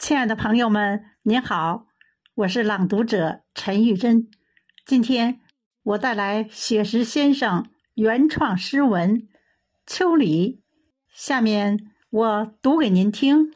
亲爱的朋友们，您好，我是朗读者陈玉珍。今天我带来雪石先生原创诗文《秋里》，下面我读给您听。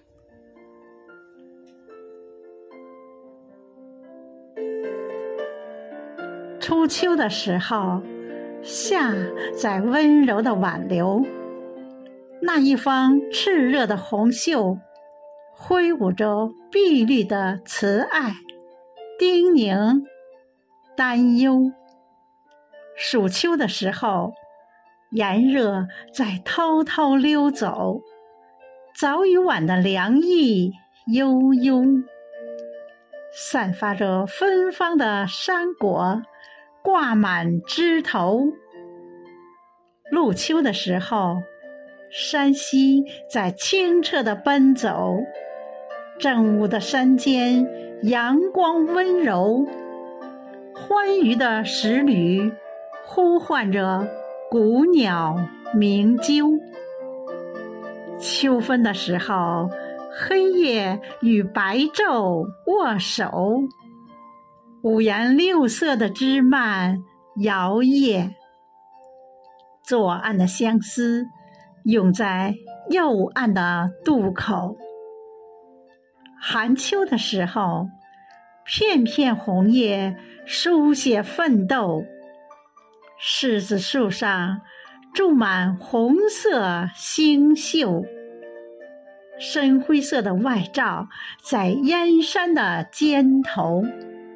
初秋的时候，夏在温柔地挽留，那一方炽热的红袖挥舞着碧绿的慈爱、叮咛、担忧。暑秋的时候，炎热在偷偷溜走，早已晚的凉意悠悠，散发着芬芳的山果挂满枝头。入秋的时候，山溪在清澈地奔走，正午的山间阳光温柔，欢愉的石旅呼唤着古鸟鸣啾。秋分的时候，黑夜与白昼握手，五颜六色的枝蔓摇曳，左岸的相思涌在右岸的渡口。寒秋的时候，片片红叶书写奋斗，柿子树上住满红色星宿，深灰色的外罩在燕山的肩头。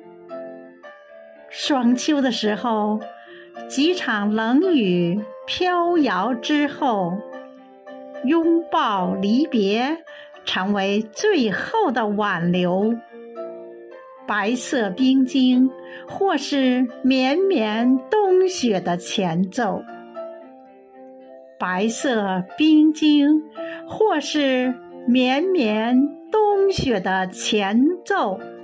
霜秋的时候，几场冷雨飘摇之后，拥抱离别成为最后的挽留。白色冰晶或是绵绵冬雪的前奏，白色冰晶或是绵绵冬雪的前奏。